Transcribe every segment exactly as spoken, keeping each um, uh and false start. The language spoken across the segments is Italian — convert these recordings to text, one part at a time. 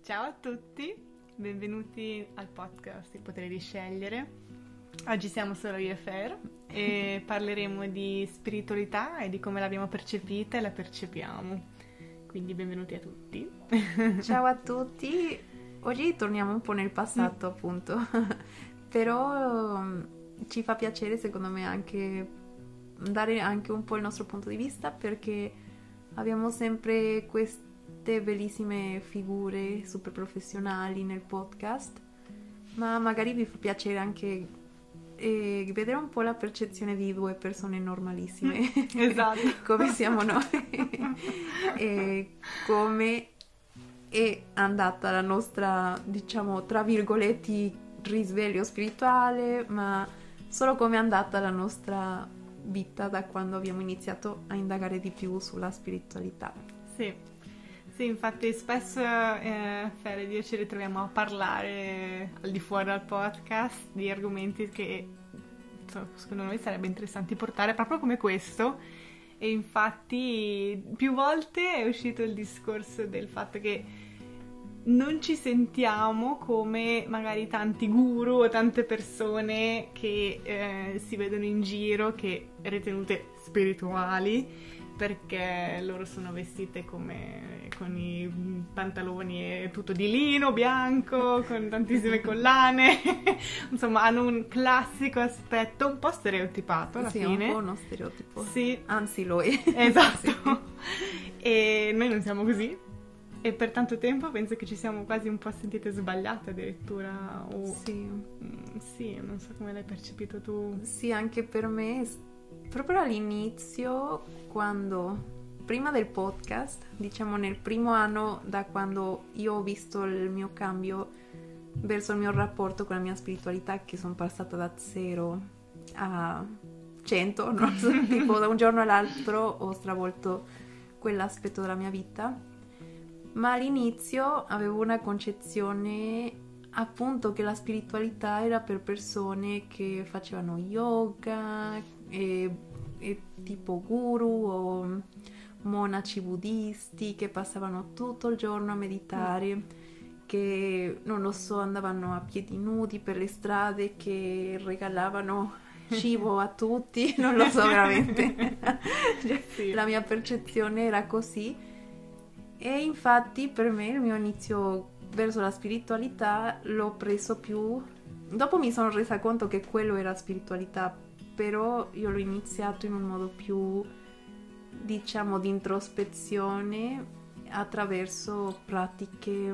Ciao a tutti, benvenuti al podcast Il potere di scegliere. Oggi siamo solo io e Fer e parleremo di spiritualità e di come l'abbiamo percepita e la percepiamo. Quindi benvenuti a tutti. Ciao a tutti, oggi torniamo un po' nel passato mm. appunto, però um, ci fa piacere secondo me anche dare anche un po' il nostro punto di vista, perché abbiamo sempre queste bellissime figure super professionali nel podcast, ma magari vi fa piacere anche eh, vedere un po' la percezione di due persone normalissime. Esatto. Come siamo noi e come è andata la nostra, diciamo, tra virgoletti, risveglio spirituale, ma solo come è andata la nostra vita da quando abbiamo iniziato a indagare di più sulla spiritualità. Sì. Sì, infatti spesso eh, Fer ed io ci ritroviamo a parlare al di fuori dal podcast di argomenti che insomma, secondo noi sarebbe interessante portare proprio come questo, e infatti più volte è uscito il discorso del fatto che non ci sentiamo come magari tanti guru o tante persone che eh, si vedono in giro, che ritenute spirituali, perché loro sono vestite come con i pantaloni e tutto di lino bianco, con tantissime collane, insomma hanno un classico aspetto un po' stereotipato alla sì, fine. Sì, un po' uno stereotipo. Sì. Anzi lo è. Esatto. Sì. E noi non siamo così. E per tanto tempo penso che ci siamo quasi un po' sentite sbagliate addirittura. O... Sì. Sì, non so come l'hai percepito tu. Sì, anche per me, proprio all'inizio, quando... prima del podcast, diciamo nel primo anno da quando io ho visto il mio cambio verso il mio rapporto con la mia spiritualità, che sono passata da zero a cento, non so, tipo da un giorno all'altro ho stravolto quell'aspetto della mia vita. Ma all'inizio avevo una concezione appunto che la spiritualità era per persone che facevano yoga e, e tipo guru o monaci buddisti che passavano tutto il giorno a meditare, mm. che non lo so, andavano a piedi nudi per le strade, che regalavano cibo a tutti, non lo so veramente. Sì. La mia percezione era così. E infatti per me il mio inizio verso la spiritualità l'ho preso più... Dopo mi sono resa conto che quello era spiritualità, però io l'ho iniziato in un modo più, diciamo, di introspezione attraverso pratiche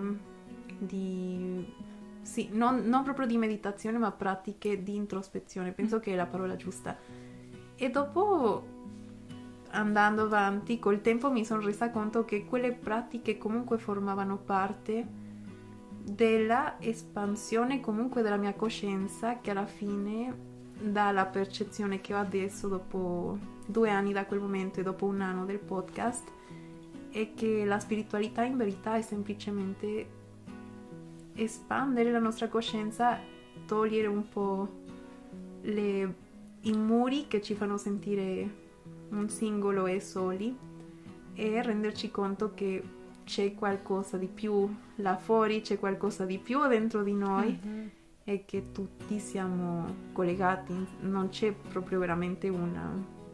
di... Sì, non, non proprio di meditazione, ma pratiche di introspezione. Penso che è la parola giusta. E dopo... andando avanti col tempo mi sono resa conto che quelle pratiche comunque formavano parte della espansione comunque della mia coscienza, che alla fine dà la percezione che ho adesso dopo due anni da quel momento e dopo un anno del podcast, è che la spiritualità in verità è semplicemente espandere la nostra coscienza, togliere un po' le, i muri che ci fanno sentire un singolo e soli, e renderci conto che c'è qualcosa di più là fuori, c'è qualcosa di più dentro di noi, mm-hmm. e che tutti siamo collegati, non c'è proprio veramente una,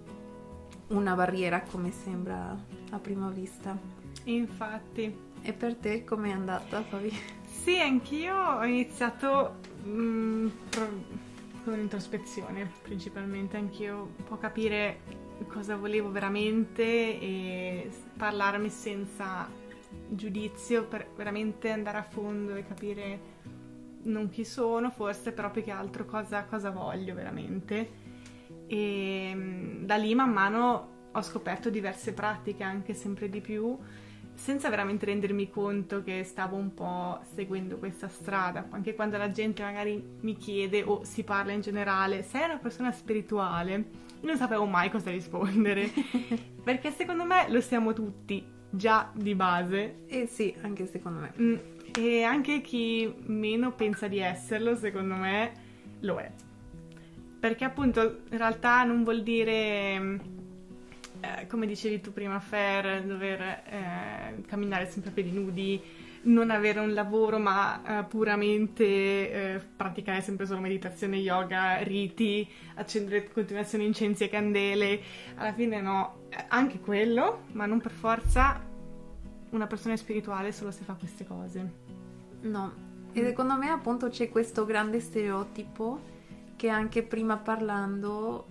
una barriera come sembra a prima vista. Infatti. E per te com'è andata, Fabi? Sì, anch'io ho iniziato mh, con introspezione principalmente, anch'io un po' capire cosa volevo veramente e parlarmi senza giudizio, per veramente andare a fondo e capire non chi sono forse, però più che altro cosa, cosa voglio veramente. E da lì man mano ho scoperto diverse pratiche, anche sempre di più, senza veramente rendermi conto che stavo un po' seguendo questa strada. Anche quando la gente magari mi chiede o si parla in generale, sei una persona spirituale, io non sapevo mai cosa rispondere, perché secondo me lo siamo tutti già di base. Eh sì, anche secondo me. Mm, e anche chi meno pensa di esserlo, secondo me, lo è. Perché appunto in realtà non vuol dire... Eh, come dicevi tu prima, Fer, dover eh, camminare sempre a piedi nudi, non avere un lavoro ma uh, puramente uh, praticare sempre solo meditazione, yoga, riti, accendere continuazione incensi e candele. Alla fine no, anche quello, ma non per forza una persona spirituale solo se fa queste cose. No, e secondo me appunto c'è questo grande stereotipo che anche prima parlando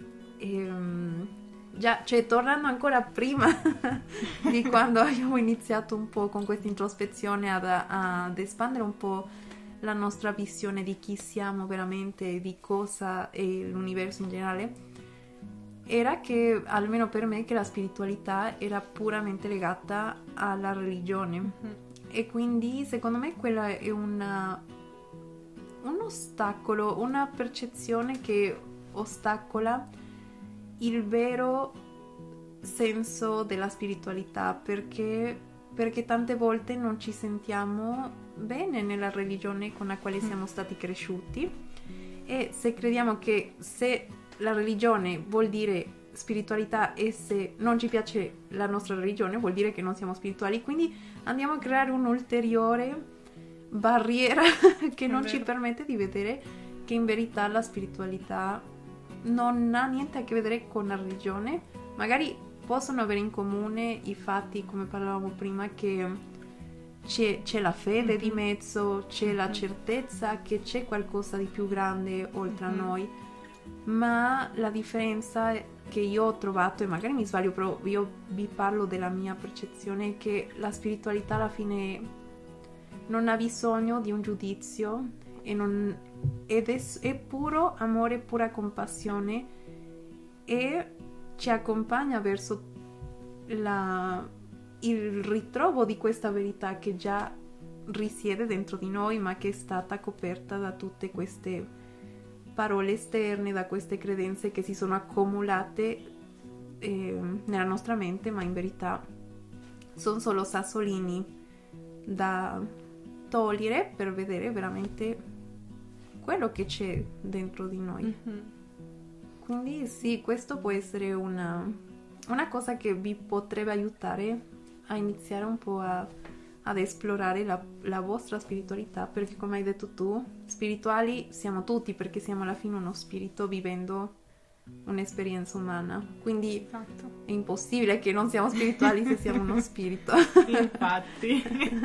ehm, già, cioè tornando ancora prima di quando abbiamo iniziato un po' con questa introspezione ad, ad espandere un po' la nostra visione di chi siamo veramente, di cosa è l'universo in generale, era che, almeno per me, che la spiritualità era puramente legata alla religione. Mm-hmm. E quindi secondo me quella è una, un ostacolo, una percezione che ostacola il vero senso della spiritualità, perché, perché tante volte non ci sentiamo bene nella religione con la quale siamo stati cresciuti, e se crediamo che se la religione vuol dire spiritualità e se non ci piace la nostra religione vuol dire che non siamo spirituali, quindi andiamo a creare un'ulteriore barriera che non ci permette di vedere che in verità la spiritualità non ha niente a che vedere con la religione. Magari possono avere in comune i fatti, come parlavamo prima, che c'è, c'è la fede mm-hmm. di mezzo, c'è mm-hmm. la certezza che c'è qualcosa di più grande oltre mm-hmm. a noi, ma la differenza che io ho trovato, e magari mi sbaglio, però io vi parlo della mia percezione, è che la spiritualità alla fine non ha bisogno di un giudizio e non, ed è, è puro amore, pura compassione, e ci accompagna verso la, il ritrovo di questa verità che già risiede dentro di noi, ma che è stata coperta da tutte queste parole esterne, da queste credenze che si sono accumulate eh, nella nostra mente, ma in verità sono solo sassolini da togliere per vedere veramente quello che c'è dentro di noi. Mm-hmm. Quindi sì, questo può essere una, una cosa che vi potrebbe aiutare a iniziare un po' a, ad esplorare la, la vostra spiritualità, perché come hai detto tu, spirituali siamo tutti, perché siamo alla fine uno spirito vivendo un'esperienza umana, quindi esatto. È impossibile che non siamo spirituali se siamo uno spirito. Infatti.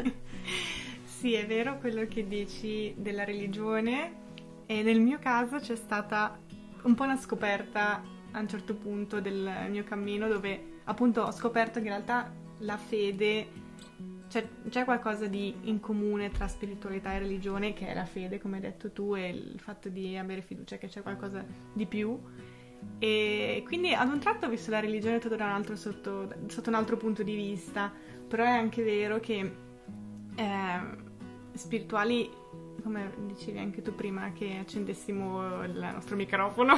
Sì, è vero quello che dici della religione, e nel mio caso c'è stata un po' una scoperta a un certo punto del mio cammino, dove appunto ho scoperto che in realtà la fede, C'è, c'è qualcosa di in comune tra spiritualità e religione, che è la fede, come hai detto tu, e il fatto di avere fiducia che c'è qualcosa di più. E quindi ad un tratto ho visto la religione tutto da un altro sotto, sotto un altro punto di vista, però è anche vero che eh, spirituali, come dicevi anche tu prima che accendessimo il nostro microfono,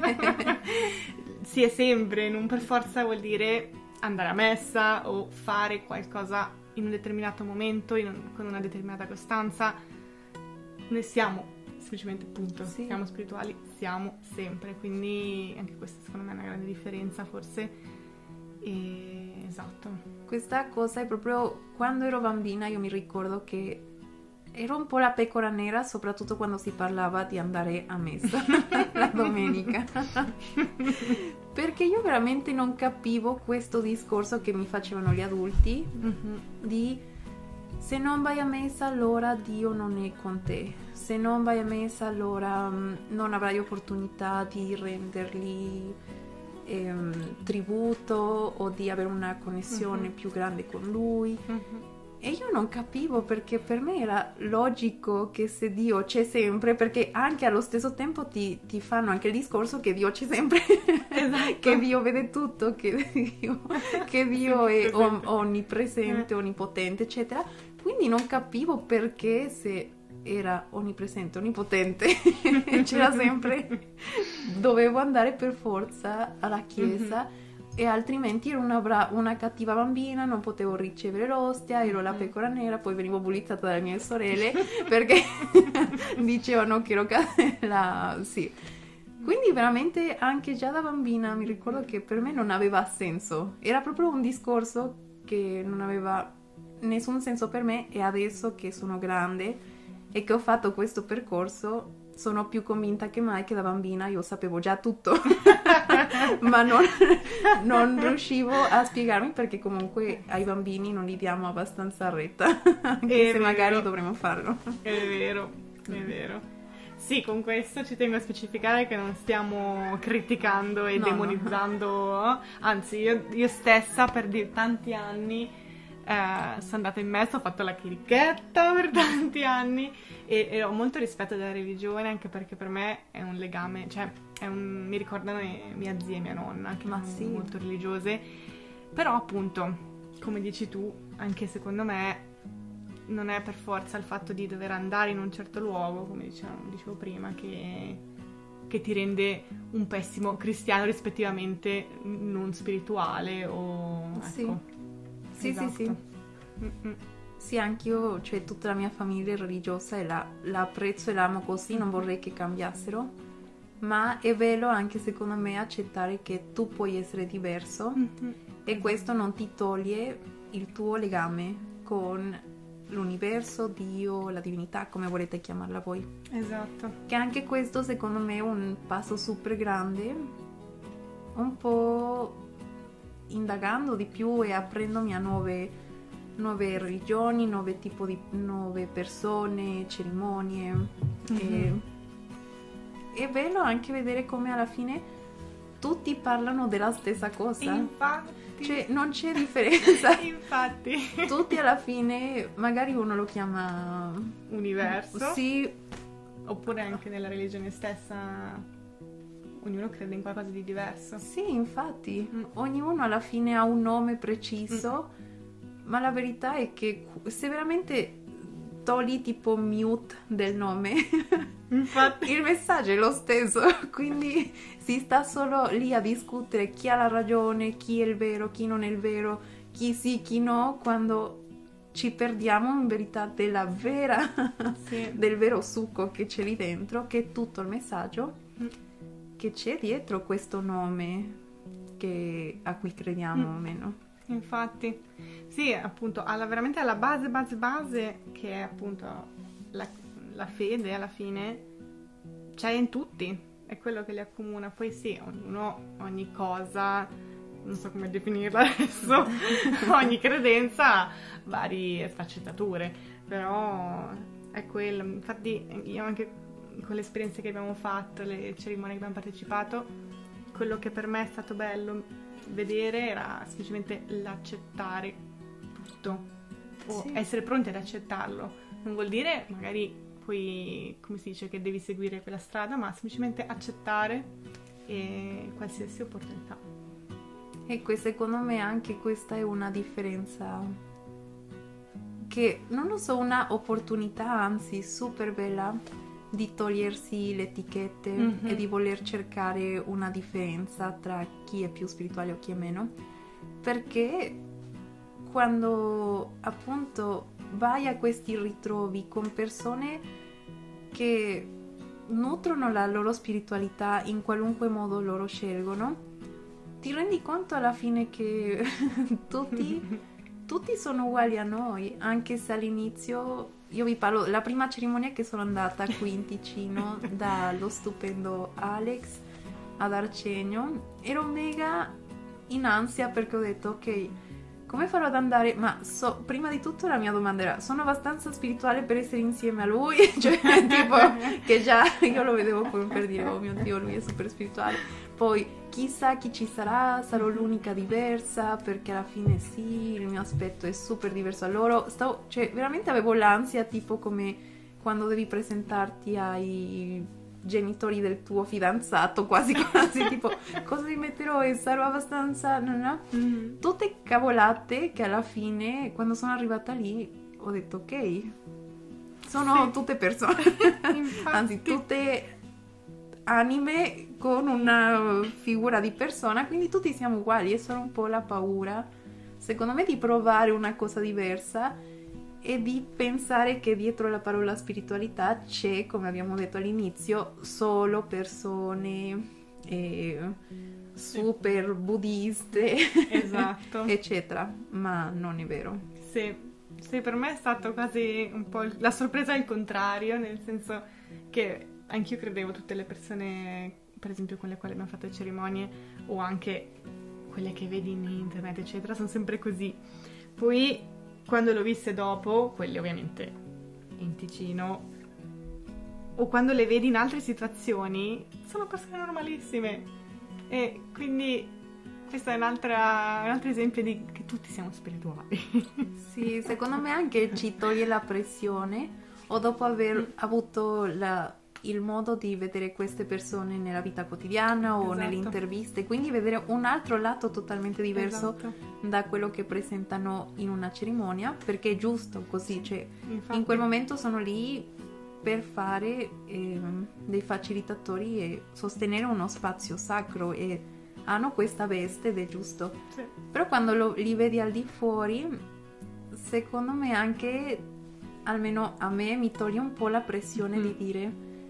si è sempre, non per forza vuol dire andare a messa o fare qualcosa in un determinato momento, in un, con una determinata costanza. Noi siamo semplicemente, punto, sì. Siamo spirituali, siamo sempre, quindi anche questa secondo me è una grande differenza forse. E esatto, questa cosa è proprio quando ero bambina, io mi ricordo che ero un po' la pecora nera, soprattutto quando si parlava di andare a messa la domenica, perché io veramente non capivo questo discorso che mi facevano gli adulti, mm-hmm. di se non vai a messa allora Dio non è con te, se non vai a messa allora um, non avrai opportunità di rendergli ehm, tributo o di avere una connessione mm-hmm. più grande con lui. Mm-hmm. E io non capivo, perché per me era logico che se Dio c'è sempre, perché anche allo stesso tempo ti, ti fanno anche il discorso che Dio c'è sempre, esatto. Che Dio vede tutto, che Dio, che Dio è on, onnipresente, onnipotente, eccetera. Quindi non capivo perché, se era onnipresente, onnipotente, c'era sempre, dovevo andare per forza alla chiesa. Mm-hmm. E altrimenti ero una, bra- una cattiva bambina, non potevo ricevere l'ostia, ero la pecora nera, poi venivo bullizzata dalle mie sorelle perché dicevano che ero la... sì. Quindi veramente anche già da bambina mi ricordo che per me non aveva senso, era proprio un discorso che non aveva nessun senso per me, e adesso che sono grande e che ho fatto questo percorso sono più convinta che mai che da bambina io sapevo già tutto, ma non, non riuscivo a spiegarmi, perché comunque ai bambini non li diamo abbastanza retta, anche se magari dovremmo farlo. È vero, è vero. Sì, con questo ci tengo a specificare che non stiamo criticando e no, demonizzando, no. Anzi io, io stessa per di- tanti anni eh, sono andata in messa, ho fatto la chirichetta per tanti anni e, e ho molto rispetto della religione, anche perché per me è un legame, cioè è un, mi ricordano mia zia e mia nonna che Ma sono sì. molto religiose, però appunto, come dici tu, anche secondo me non è per forza il fatto di dover andare in un certo luogo, come dicevo, dicevo prima, che, che ti rende un pessimo cristiano, rispettivamente non spirituale o... Ecco. Sì. Sì, Esatto. sì, sì. Mm-mm. Sì, anch'io, cioè tutta la mia famiglia è religiosa e la, la apprezzo e l'amo così, non vorrei che cambiassero, ma è bello anche secondo me accettare che tu puoi essere diverso Mm-hmm. e questo non ti toglie il tuo legame con l'universo, Dio, la divinità, come volete chiamarla voi. Esatto. Che anche questo secondo me è un passo super grande, un po' indagando di più e aprendomi a nuove, nuove religioni, nuove tipi di nuove persone, cerimonie. Mm-hmm. E, è bello anche vedere come alla fine tutti parlano della stessa cosa. Infatti. Cioè non c'è differenza. Infatti. Tutti alla fine, magari uno lo chiama Universo. Sì. Oppure anche nella religione stessa ognuno crede in qualcosa di diverso. Sì, infatti, Mm. ognuno alla fine ha un nome preciso, mm. ma la verità è che se veramente togli tipo mute del nome, infatti, il messaggio è lo stesso, quindi si sta solo lì a discutere chi ha la ragione, chi è il vero, chi non è il vero, chi sì, chi no, quando ci perdiamo in verità della vera, sì. del vero succo che c'è lì dentro, che è tutto il messaggio Mm. che c'è dietro questo nome che, a cui crediamo Mm. o meno. Infatti, sì, appunto, alla, veramente alla base, base, base, che è appunto la, la fede alla fine, c'è in tutti, è quello che li accomuna. Poi sì, ognuno, ogni cosa, non so come definirla adesso, ogni credenza ha varie sfaccettature, però è quello. Infatti io anche con le esperienze che abbiamo fatto, le cerimonie che abbiamo partecipato, quello che per me è stato bello vedere era semplicemente l'accettare tutto o Sì. essere pronti ad accettarlo. Non vuol dire magari poi, come si dice, che devi seguire quella strada, ma semplicemente accettare e qualsiasi opportunità. Ecco, secondo me anche questa è una differenza che, non lo so, una opportunità anzi super bella di togliersi le etichette Mm-hmm. e di voler cercare una differenza tra chi è più spirituale o chi è meno, perché quando appunto vai a questi ritrovi con persone che nutrono la loro spiritualità in qualunque modo loro scelgono, ti rendi conto alla fine che tutti, tutti sono uguali a noi, anche se all'inizio... Io vi parlo, la prima cerimonia che sono andata qui in Ticino dallo stupendo Alex ad Arcenio, ero mega in ansia perché ho detto ok, come farò ad andare? Ma so, prima di tutto la mia domanda era, sono abbastanza spirituale per essere insieme a lui? Cioè tipo che già io lo vedevo come per dire oh mio Dio, lui è super spirituale. Poi chissà chi ci sarà, sarò l'unica diversa, perché alla fine sì, il mio aspetto è super diverso a loro. Stavo, cioè veramente avevo l'ansia, tipo come quando devi presentarti ai genitori del tuo fidanzato, quasi quasi, tipo cosa mi metterò e sarò abbastanza... No, no. Mm-hmm. Tutte cavolate che alla fine, quando sono arrivata lì, ho detto ok, sono Sì. tutte persone, Infatti. anzi tutte anime con una figura di persona, quindi tutti siamo uguali. È solo un po' la paura, secondo me, di provare una cosa diversa e di pensare che dietro la parola spiritualità c'è, come abbiamo detto all'inizio, solo persone eh, super buddiste, Esatto. eccetera, ma non è vero. Sì, Sì, per me è stato quasi un po' il- la sorpresa al contrario, nel senso che anch'io credevo tutte le persone, per esempio con le quali abbiamo fatto le cerimonie, o anche quelle che vedi in internet, eccetera, sono sempre così. Poi, quando l'ho viste dopo, quelle ovviamente in Ticino, o quando le vedi in altre situazioni, sono persone normalissime. E quindi questo è un'altra, un altro esempio di che tutti siamo spirituali. Sì, secondo me anche ci toglie la pressione, o dopo aver avuto la- il modo di vedere queste persone nella vita quotidiana o Esatto. nelle interviste, quindi vedere un altro lato totalmente diverso Esatto. da quello che presentano in una cerimonia, perché è giusto così, cioè Infatti, in quel momento sono lì per fare ehm, dei facilitatori e sostenere uno spazio sacro e hanno questa veste ed è giusto. sì. Però quando lo- li vedi al di fuori, secondo me anche, almeno a me, mi toglie un po' la pressione Mhm. di dire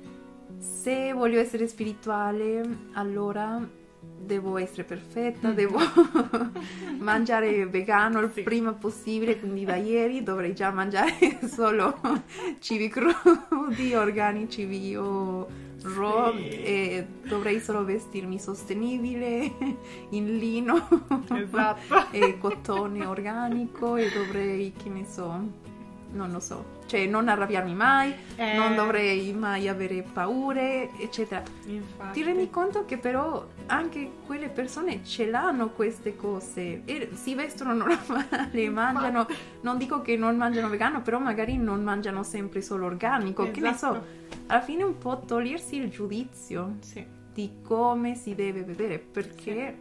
se voglio essere spirituale, allora devo essere perfetta, Mhm. devo mangiare vegano il Sì. prima possibile, quindi da ieri dovrei già mangiare solo cibi crudi, organici, bio, raw, Sì. e dovrei solo vestirmi sostenibile in lino Esatto. e cotone organico e dovrei, che ne so, non lo so, cioè non arrabbiarmi mai, Eh, non dovrei mai avere paure, eccetera. Infatti. Ti rendi conto che però anche quelle persone ce l'hanno queste cose e si vestono normale, mangiano, non dico che non mangiano vegano, però magari non mangiano sempre solo organico, che ne so, Esatto. alla fine un po' togliersi il giudizio Sì. di come si deve vedere, perché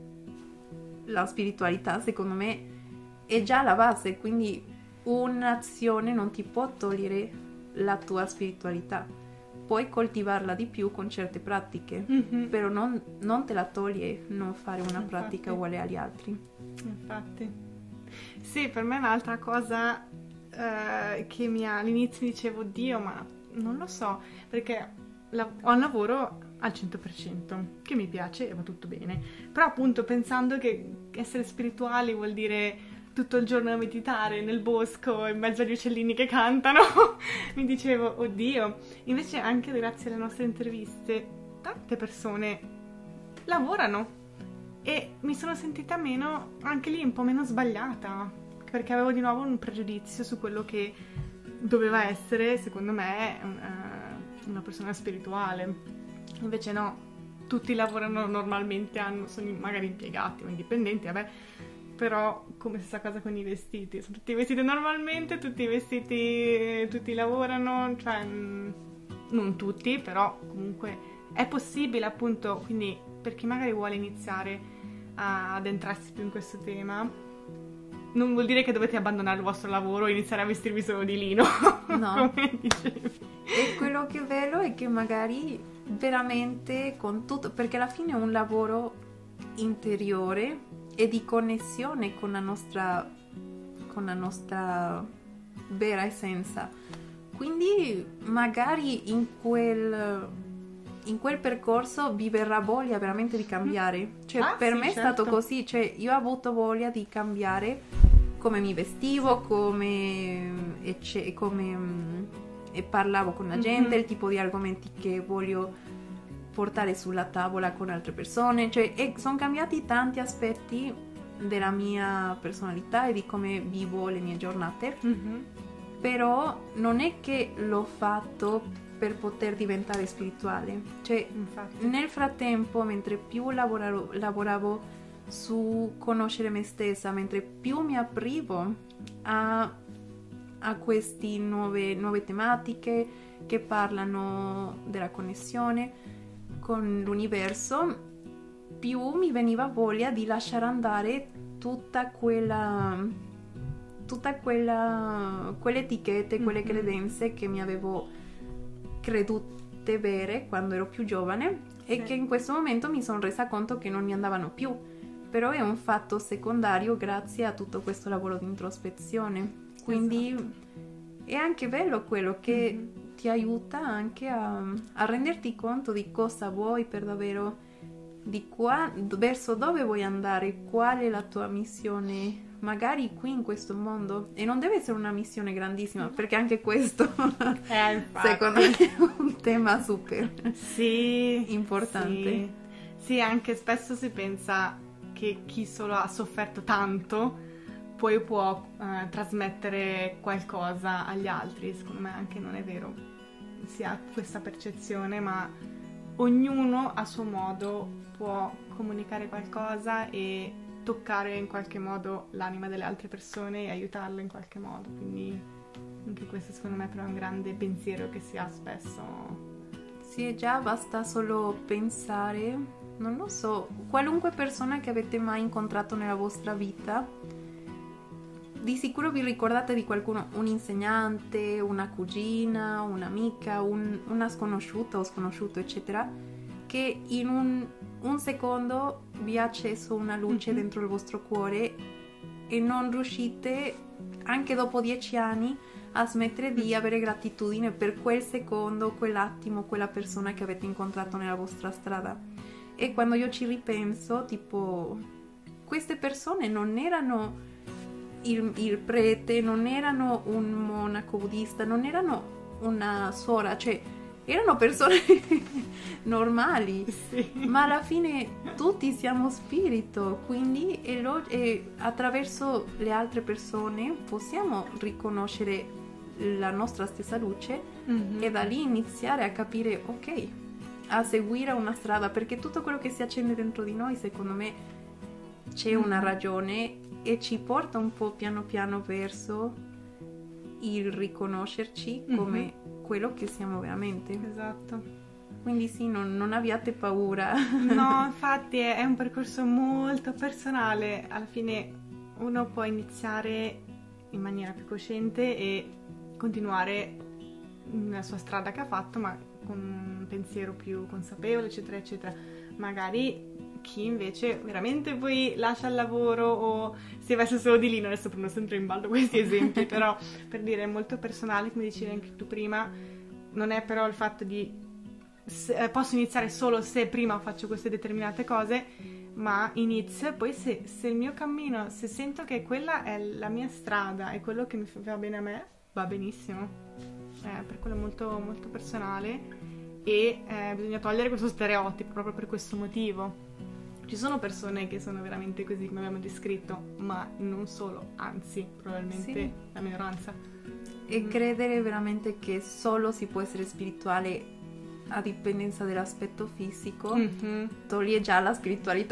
la spiritualità secondo me è già la base, quindi un'azione non ti può togliere la tua spiritualità, puoi coltivarla di più con certe pratiche, Mhm. però non, non te la toglie non fare una Infatti. pratica uguale agli altri. Infatti. Sì, per me è un'altra cosa eh, che mi ha, all'inizio dicevo, Dio, ma non lo so, perché la- ho un lavoro al cento per cento, che mi piace e va tutto bene, però appunto pensando che essere spirituali vuol dire tutto il giorno meditare nel bosco in mezzo agli uccellini che cantano, mi dicevo, oddio, invece anche grazie alle nostre interviste tante persone lavorano e mi sono sentita meno, anche lì un po' meno sbagliata, perché avevo di nuovo un pregiudizio su quello che doveva essere, secondo me, un- una persona spirituale. Invece no, tutti lavorano normalmente, hanno, sono magari impiegati o indipendenti, vabbè, però come stessa cosa con i vestiti, sono tutti vestiti normalmente, tutti vestiti, tutti lavorano, cioè mm, non tutti, però comunque è possibile appunto, quindi per chi magari vuole iniziare a- ad entrarsi più in questo tema, non vuol dire che dovete abbandonare il vostro lavoro e iniziare a vestirvi solo di lino, No. come dicevi. E quello che è bello è che magari veramente con tutto, perché alla fine è un lavoro interiore e di connessione con la nostra, con la nostra vera essenza. Quindi magari in quel, in quel percorso vi verrà voglia veramente di cambiare. Cioè Ah, per sì, me è certo. stato così, cioè io ho avuto voglia di cambiare come mi vestivo, come, ecce- come mm, e parlavo con la gente, Mhm. il tipo di argomenti che voglio portare sulla tavola con altre persone, cioè e sono cambiati tanti aspetti della mia personalità e di come vivo le mie giornate, Mhm. però non è che l'ho fatto per poter diventare spirituale, cioè Infatti. nel frattempo, mentre più lavoravo, lavoravo su conoscere me stessa, mentre più mi aprivo a, a queste nuove, nuove tematiche che parlano della connessione con l'universo, più mi veniva voglia di lasciare andare tutta quella tutta quella quelle etichette, quelle Mhm. credenze che mi avevo credute vere quando ero più giovane e Sì. che in questo momento mi sono resa conto che non mi andavano più, però è un fatto secondario grazie a tutto questo lavoro di introspezione, quindi Esatto. è anche bello quello che Mhm. ti aiuta anche a, a renderti conto di cosa vuoi per davvero, di qua, verso dove vuoi andare, qual è la tua missione magari qui in questo mondo, e non deve essere una missione grandissima, perché anche questo eh, secondo me è un tema super sì, importante. Sì. Sì, anche spesso si pensa che chi solo ha sofferto tanto poi può eh, trasmettere qualcosa agli altri. Secondo me anche non è vero, si ha questa percezione, ma ognuno a suo modo può comunicare qualcosa e toccare in qualche modo l'anima delle altre persone e aiutarle in qualche modo. Quindi anche questo secondo me però è un grande pensiero che si ha spesso. Sì, già basta solo pensare, non lo so, qualunque persona che avete mai incontrato nella vostra vita, di sicuro vi ricordate di qualcuno, un insegnante, una cugina, un'amica, un, una sconosciuta o sconosciuto, eccetera, che in un, un secondo vi ha acceso una luce mm-hmm. dentro il vostro cuore e non riuscite, anche dopo dieci anni, a smettere di avere gratitudine per quel secondo, quell'attimo, quella persona che avete incontrato nella vostra strada. E quando io ci ripenso, tipo, queste persone non erano il, il prete, non erano un monaco buddista, non erano una suora, cioè erano persone normali, sì. Ma alla fine tutti siamo spirito, quindi e lo, e attraverso le altre persone possiamo riconoscere la nostra stessa luce mm-hmm. e da lì iniziare a capire, ok, a seguire una strada, perché tutto quello che si accende dentro di noi, secondo me, c'è mm-hmm. una ragione e ci porta un po' piano piano verso il riconoscerci mm-hmm. come quello che siamo veramente. Esatto. Quindi sì, non, non abbiate paura. No, infatti è, è un percorso molto personale. Alla fine uno può iniziare in maniera più cosciente e continuare nella sua strada che ha fatto, ma con un pensiero più consapevole, eccetera, eccetera. Magari chi invece veramente poi lascia il lavoro o si veste solo di lino, adesso prendo sempre in ballo questi esempi, però per dire è molto personale, come dicevi anche tu prima, non è però il fatto di se, eh, posso iniziare solo se prima faccio queste determinate cose, ma inizio e poi se, se il mio cammino, se sento che quella è la mia strada e quello che mi fa bene a me, va benissimo. Eh, per quello è molto, molto personale e eh, bisogna togliere questo stereotipo proprio per questo motivo. Ci sono persone che sono veramente così come abbiamo descritto, ma non solo, anzi, probabilmente sì. La minoranza. E mm. credere veramente che solo si può essere spirituale a dipendenza dell'aspetto fisico mm-hmm. toglie già la spiritualità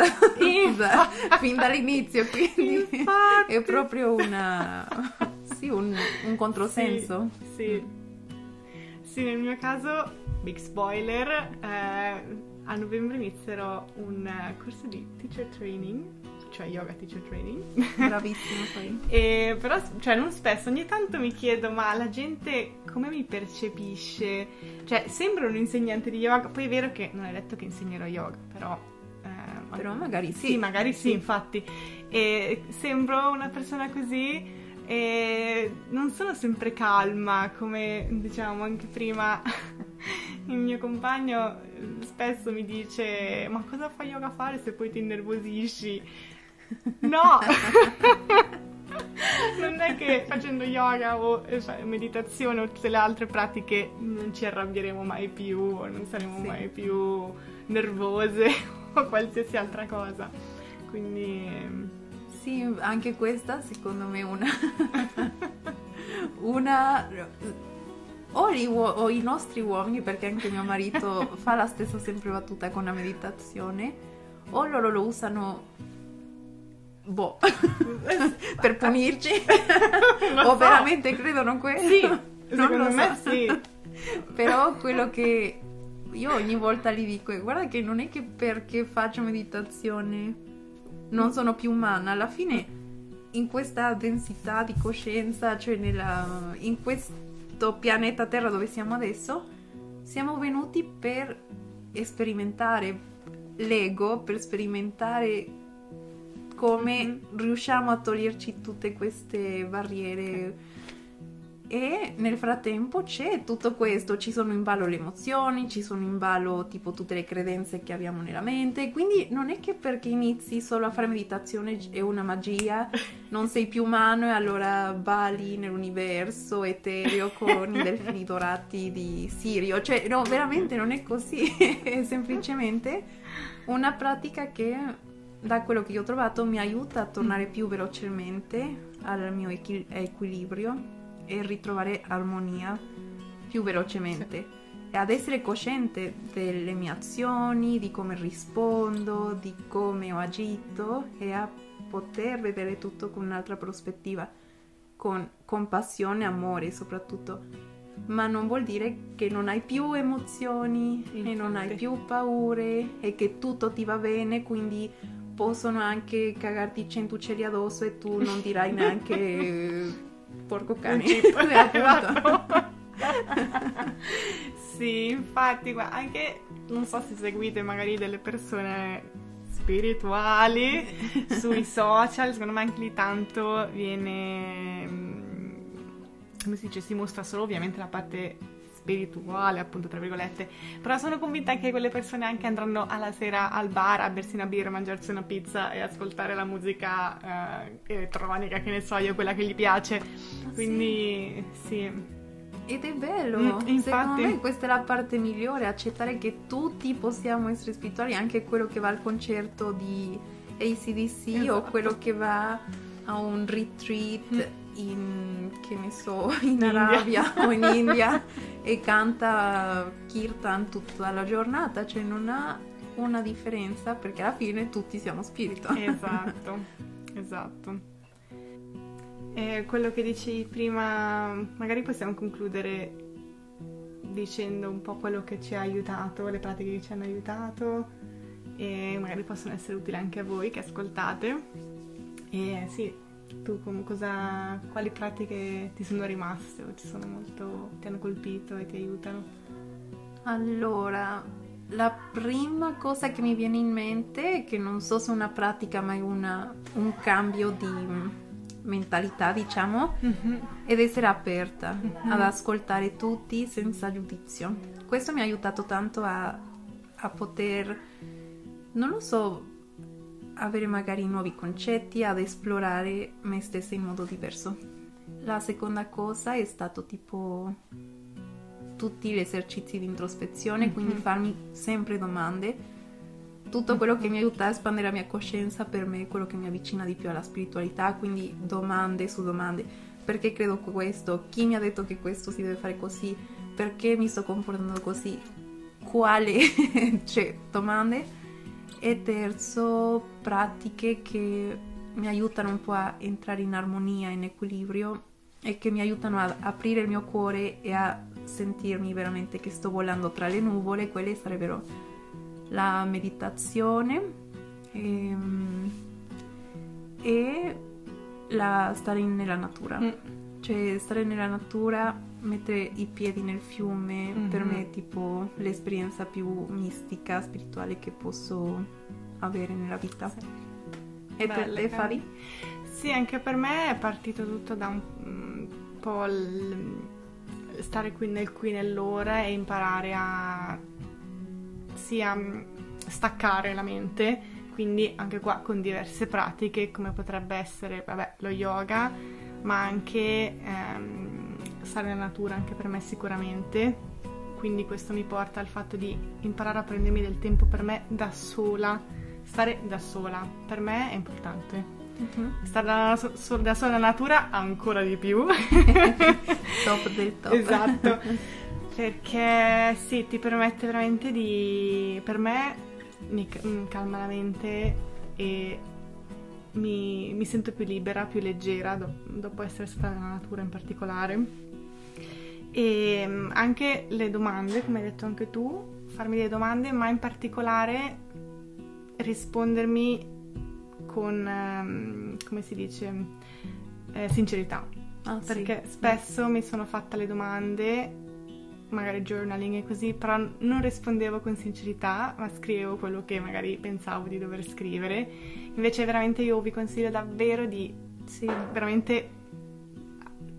fin dall'inizio, quindi infatti. È proprio una sì, un, un controsenso. Sì, sì. Sì, nel mio caso, big spoiler, eh, a novembre inizierò un corso di teacher training, cioè yoga teacher training. Bravissimo poi. E però, cioè non spesso, ogni tanto mi chiedo, ma la gente come mi percepisce? Cioè, sembro un insegnante di yoga, poi è vero che non è detto che insegnerò yoga, però... Eh, però magari sì. Sì, magari sì, sì, infatti. E sembro una persona così... E non sono sempre calma, come diciamo anche prima. Il mio compagno spesso mi dice: ma cosa fai yoga a fare se poi ti innervosisci? No! Non è che facendo yoga o cioè, meditazione o tutte le altre pratiche non ci arrabbieremo mai più o non saremo sì. mai più nervose o qualsiasi altra cosa. Quindi... Sì, anche questa secondo me una una o, gli uo- o i nostri uomini, perché anche mio marito fa la stessa sempre battuta con la meditazione, o loro lo usano boh per punirci o so. Veramente credono questo? Sì, non secondo lo me so. Sì. Però quello che io ogni volta gli dico è: guarda che non è che perché faccio meditazione non sono più umana, alla fine in questa densità di coscienza, cioè nella, in questo pianeta Terra dove siamo adesso, siamo venuti per sperimentare l'ego, per sperimentare come mm-hmm. riusciamo a toglierci tutte queste barriere E nel frattempo c'è tutto questo, ci sono in ballo le emozioni, ci sono in ballo tipo tutte le credenze che abbiamo nella mente, quindi non è che perché inizi solo a fare meditazione è una magia, non sei più umano e allora balli nell'universo etereo con i delfini dorati di Sirio, cioè no, veramente non è così, è semplicemente una pratica che da quello che io ho trovato mi aiuta a tornare più velocemente al mio equi- equilibrio e ritrovare armonia più velocemente, sì. E ad essere cosciente delle mie azioni, di come rispondo, di come ho agito e a poter vedere tutto con un'altra prospettiva, con compassione e amore soprattutto. Ma non vuol dire che non hai più emozioni, infatti, e non hai più paure e che tutto ti va bene, quindi possono anche cagarti cento uccelli addosso e tu non dirai neanche porco cane. Sì, infatti, guarda, anche non so se seguite magari delle persone spirituali sui social, secondo me anche lì tanto viene, come si dice, si mostra solo ovviamente la parte spirituale, appunto, tra virgolette, però sono convinta che quelle persone anche andranno alla sera al bar a bersi una birra, mangiarsi una pizza e ascoltare la musica eh, elettronica, che ne so io, quella che gli piace, ah, quindi sì. sì. Ed è bello, mm, secondo me questa è la parte migliore, accettare che tutti possiamo essere spirituali, anche quello che va al concerto di A C D C, esatto, o quello che va a un retreat in, che ne so, in Arabia o in India e canta kirtan tutta la giornata, cioè non ha una differenza perché alla fine tutti siamo spirito. Esatto, esatto. E quello che dici prima, magari possiamo concludere dicendo un po' quello che ci ha aiutato, le pratiche che ci hanno aiutato e magari possono essere utili anche a voi che ascoltate. E sì, tu come cosa, quali pratiche ti sono rimaste o ti sono molto, ti hanno colpito e ti aiutano? Allora, la prima cosa che mi viene in mente, che non so se è una pratica ma è una, un cambio di mentalità, diciamo, mm-hmm. ed essere aperta mm-hmm. ad ascoltare tutti senza giudizio. Questo mi ha aiutato tanto a, a poter, non lo so, avere magari nuovi concetti, ad esplorare me stessa in modo diverso. La seconda cosa è stato tipo tutti gli esercizi di introspezione, mm-hmm. quindi farmi sempre domande. Tutto quello che mi aiuta a espandere la mia coscienza per me è quello che mi avvicina di più alla spiritualità, quindi domande su domande. Perché credo questo? Chi mi ha detto che questo si deve fare così? Perché mi sto comportando così? Quale? Cioè, domande. E terzo, pratiche che mi aiutano un po' a entrare in armonia, in equilibrio e che mi aiutano ad aprire il mio cuore e a sentirmi veramente che sto volando tra le nuvole. Quelle sarebbero la meditazione e, e la stare nella natura, mm. cioè stare nella natura, mettere i piedi nel fiume, mm-hmm. per me è tipo l'esperienza più mistica, spirituale che posso avere nella vita. Sì. E Belle, per te, Fabi? Sì, anche per me è partito tutto da un, un po' il stare qui nel qui nell'ora e imparare a sia staccare la mente, quindi anche qua con diverse pratiche come potrebbe essere vabbè, lo yoga, ma anche ehm, stare nella natura anche per me sicuramente, quindi questo mi porta al fatto di imparare a prendermi del tempo per me da sola, stare da sola per me è importante. Uh-huh. Stare da, so, da sola nella natura ancora di più. Top del top. Esatto. Perché sì, ti permette veramente di, per me mi calma la mente e mi, mi sento più libera, più leggera do, dopo essere stata nella natura in particolare. E anche le domande, come hai detto anche tu, farmi delle domande, ma in particolare rispondermi con, come si dice, eh, sincerità. Ah, perché sì. Spesso mi sono fatta le domande, magari journaling e così, però non rispondevo con sincerità, ma scrivevo quello che magari pensavo di dover scrivere. Invece veramente io vi consiglio davvero di sì, veramente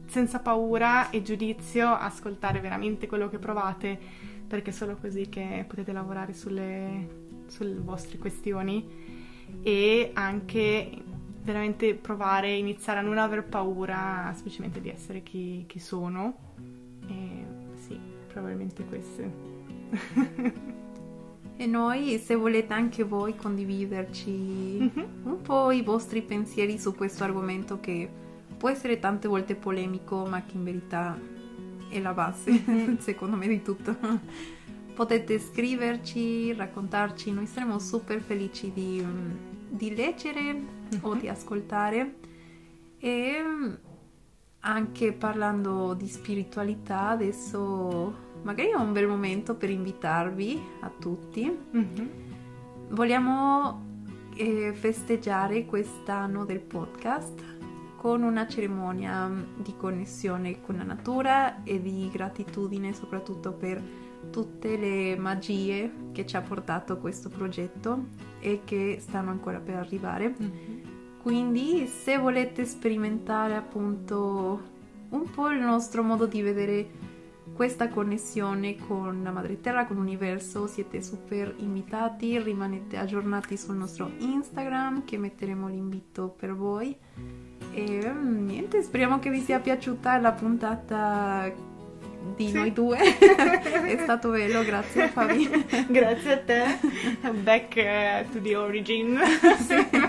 senza paura e giudizio, ascoltare veramente quello che provate, perché è solo così che potete lavorare sulle, sulle vostre questioni, e anche veramente provare, iniziare a non aver paura semplicemente di essere chi, chi sono. E sì, probabilmente queste. E noi, se volete anche voi condividerci mm-hmm. un po' i vostri pensieri su questo argomento, che può essere tante volte polemico, ma che in verità è la base, mm-hmm. secondo me, di tutto, potete scriverci, raccontarci, noi saremo super felici di, di leggere mm-hmm. o di ascoltare. E anche parlando di spiritualità, adesso magari è un bel momento per invitarvi a tutti. Mm-hmm. Vogliamo eh, festeggiare quest'anno del podcast con una cerimonia di connessione con la natura e di gratitudine, soprattutto per tutte le magie che ci ha portato questo progetto e che stanno ancora per arrivare. Mm-hmm. Quindi, se volete sperimentare appunto un po' il nostro modo di vedere questa connessione con la Madre Terra, con l'universo, siete super invitati. Rimanete aggiornati sul nostro Instagram, che metteremo l'invito per voi. E niente, speriamo che vi sia piaciuta la puntata di sì. noi due. È stato bello, grazie Fabi. Grazie a te. Back uh, to the origin. Sì.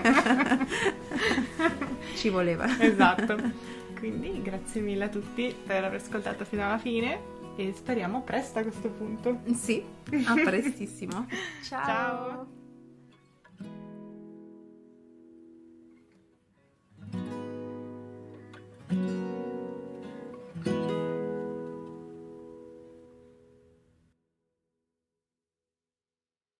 Ci voleva. Esatto. Quindi grazie mille a tutti per aver ascoltato fino alla fine e speriamo presto a questo punto. Sì, a prestissimo. Ciao. Ciao.